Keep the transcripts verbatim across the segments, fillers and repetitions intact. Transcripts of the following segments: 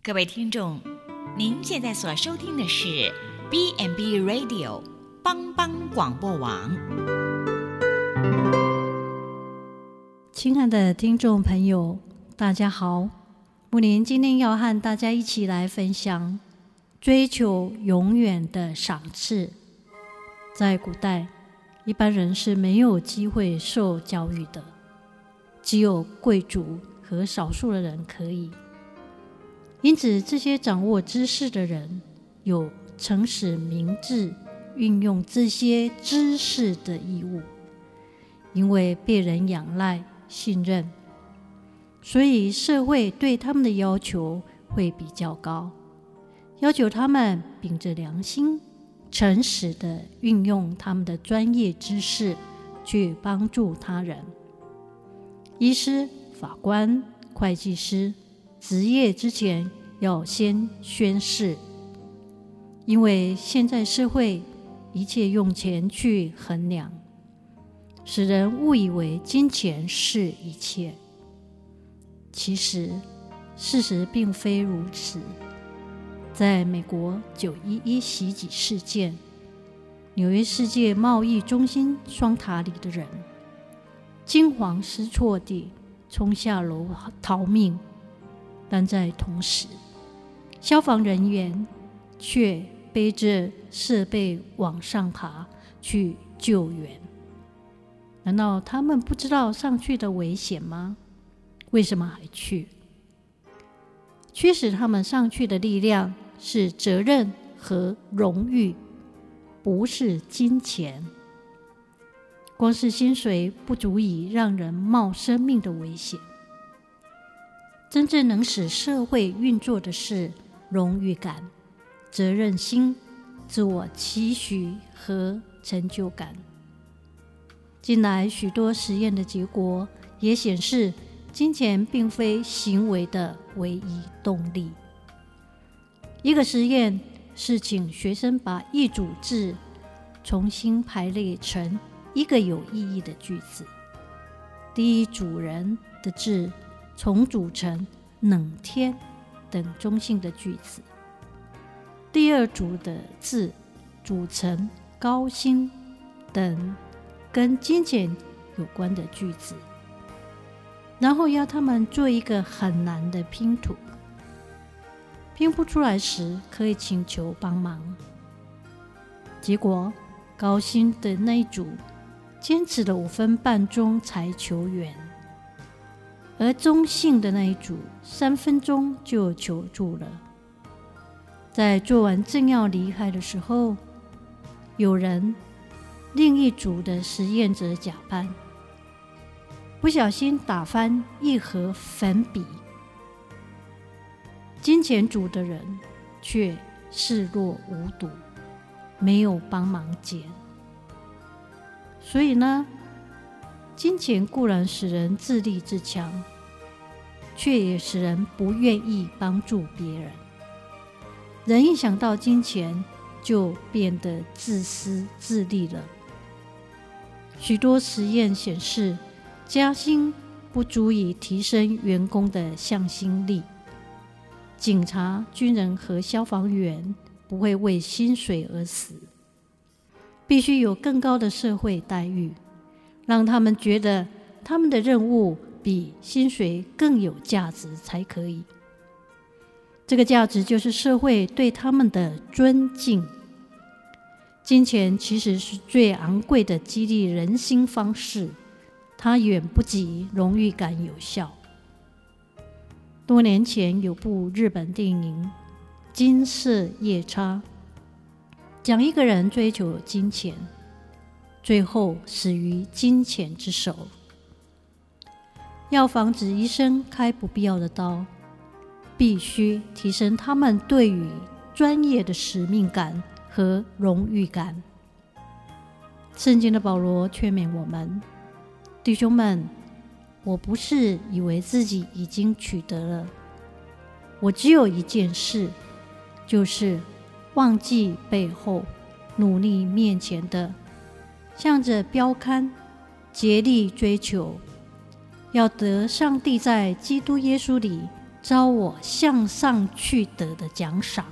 各位听众，您现在所收听的是 B and B Radio 帮帮广播网。 亲爱的听众朋友，大家好，牧灵今天要和大家一起来分享追求永远的赏赐。在古代，一般人是没有机会受教育的，只有贵族和少数的人可以。因此，这些掌握知识的人有诚实明智运用这些知识的义务，因为被人仰赖信任，所以社会对他们的要求会比较高，要求他们秉着良心诚实地运用他们的专业知识去帮助他人。医师、法官、会计师执业之前要先宣誓，因为现在社会一切用钱去衡量，使人误以为金钱是一切。其实事实并非如此。在美国九一一袭击事件，纽约世界贸易中心双塔里的人惊慌失措地冲下楼逃命，但在同时，消防人员却背着设备往上爬去救援。难道他们不知道上去的危险吗？为什么还去？驱使他们上去的力量是责任和荣誉，不是金钱。光是薪水不足以让人冒生命的危险。真正能使社会运作的是荣誉感、责任心、自我期许和成就感。近来许多实验的结果也显示，金钱并非行为的唯一动力。一个实验是请学生把一组字重新排列成一个有意义的句子。第一组人的字重组成冷天等中性的句子，第二组的字组成高薪等跟金钱有关的句子，然后要他们做一个很难的拼图，拼不出来时可以请求帮忙。结果高薪的那一组坚持了五分半钟才求援，而中性的那一组三分钟就求助了。在做完正要离开的时候，有人另一组的实验者假扮，不小心打翻一盒粉笔，金钱组的人却视若无睹，没有帮忙捡。所以呢，金钱固然使人自立自强，却也使人不愿意帮助别人。人一想到金钱，就变得自私自利了。许多实验显示，加薪不足以提升员工的向心力。警察、军人和消防员不会为薪水而死，必须有更高的社会待遇，让他们觉得他们的任务比薪水更有价值才可以。这个价值就是社会对他们的尊敬。金钱其实是最昂贵的激励人心方式，它远不及荣誉感有效。多年前有部日本电影《金色夜叉》，讲一个人追求金钱，最后死于金钱之手。要防止医生开不必要的刀，必须提升他们对于专业的使命感和荣誉感。圣经的保罗劝勉我们，弟兄们，我不是以为自己已经取得了，我只有一件事，就是忘记背后，努力面前的，向着标杆竭力追求，要得上帝在基督耶稣里招我向上去得的奖赏。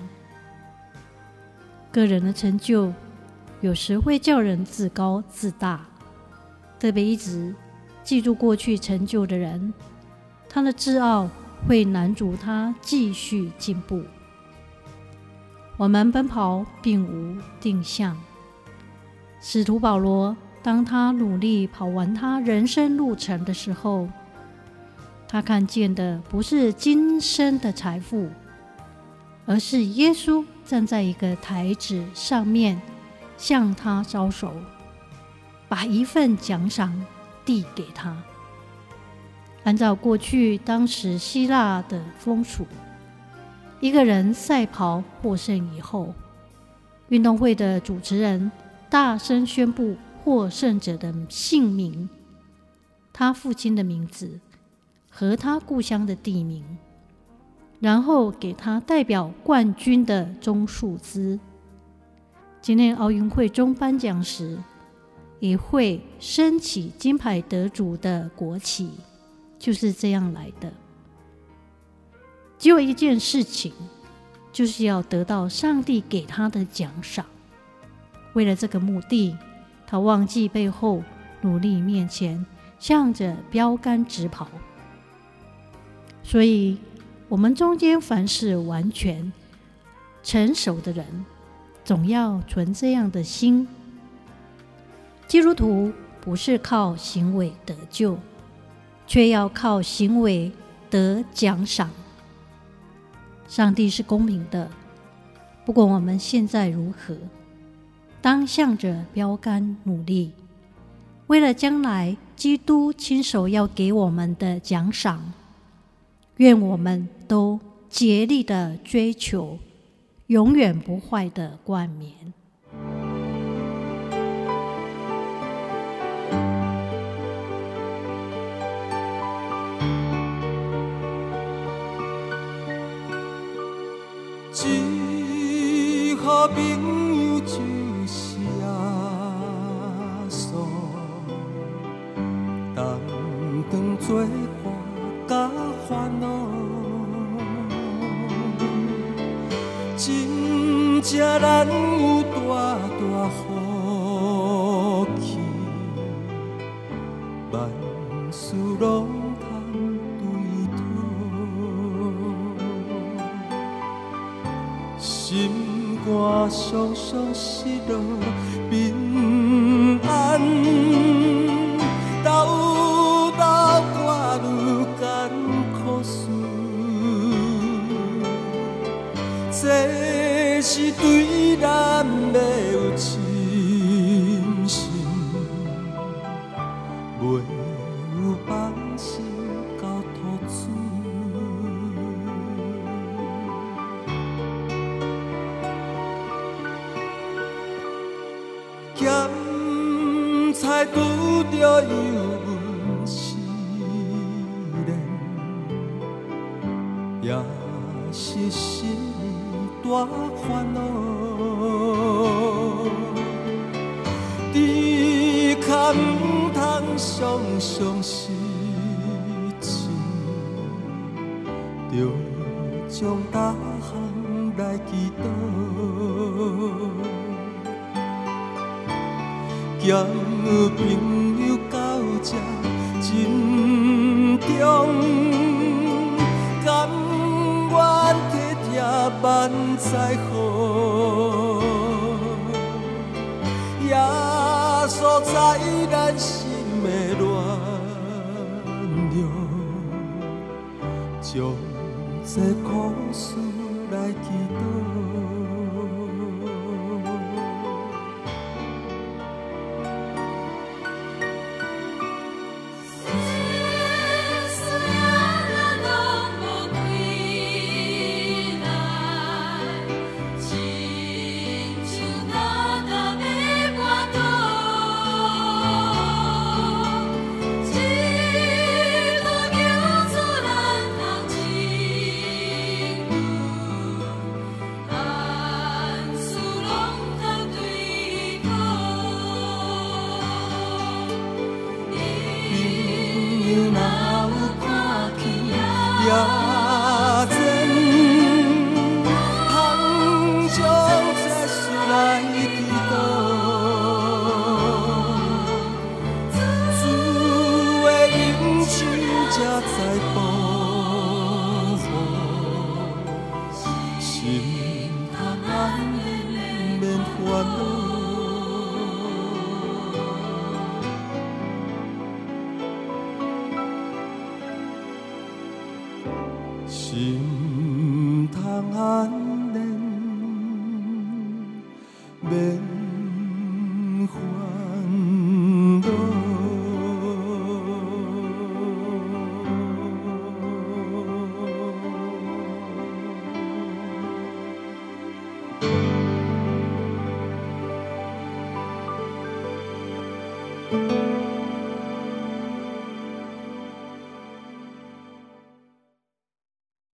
个人的成就有时会叫人自高自大，特别一直记住过去成就的人，他的自傲会拦阻他继续进步。我们奔跑并无定向。使徒保罗当他努力跑完他人生路程的时候，他看见的不是今生的财富，而是耶稣站在一个台子上面向他招手，把一份奖赏递给他。按照过去当时希腊的风俗，一个人赛跑获胜以后，运动会的主持人大声宣布获胜者的姓名、他父亲的名字和他故乡的地名，然后给他代表冠军的中数字。今年奥运会中颁奖时，也会升起金牌得主的国旗，就是这样来的。只有一件事情，就是要得到上帝给他的奖赏。为了这个目的，他忘记背后，努力面前，向着标杆直跑。所以我们中间凡是完全成熟的人，总要存这样的心。基督徒不是靠行为得救，却要靠行为得奖赏。上帝是公平的，不管我们现在如何，当向着标杆努力，为了将来基督亲手要给我们的奖赏。愿我们都竭力的追求永远不坏的冠冕。 一好朋友就是耶稣，担当作伴甲烦恼，真正咱有大大福气，万事拢通对讨，心肝常常失落平安，斗斗看愈艰苦事，这是对咱要有信心，袂有放心到吐水。咸菜拄着油温试炼，也是心大烦恼。只看唔通常常失志，着将大项来祈祷。咸朋友到这真重，甘愿体贴万载好，耶稣在咱心的软弱，将这苦事来祈祷。 啊。 心。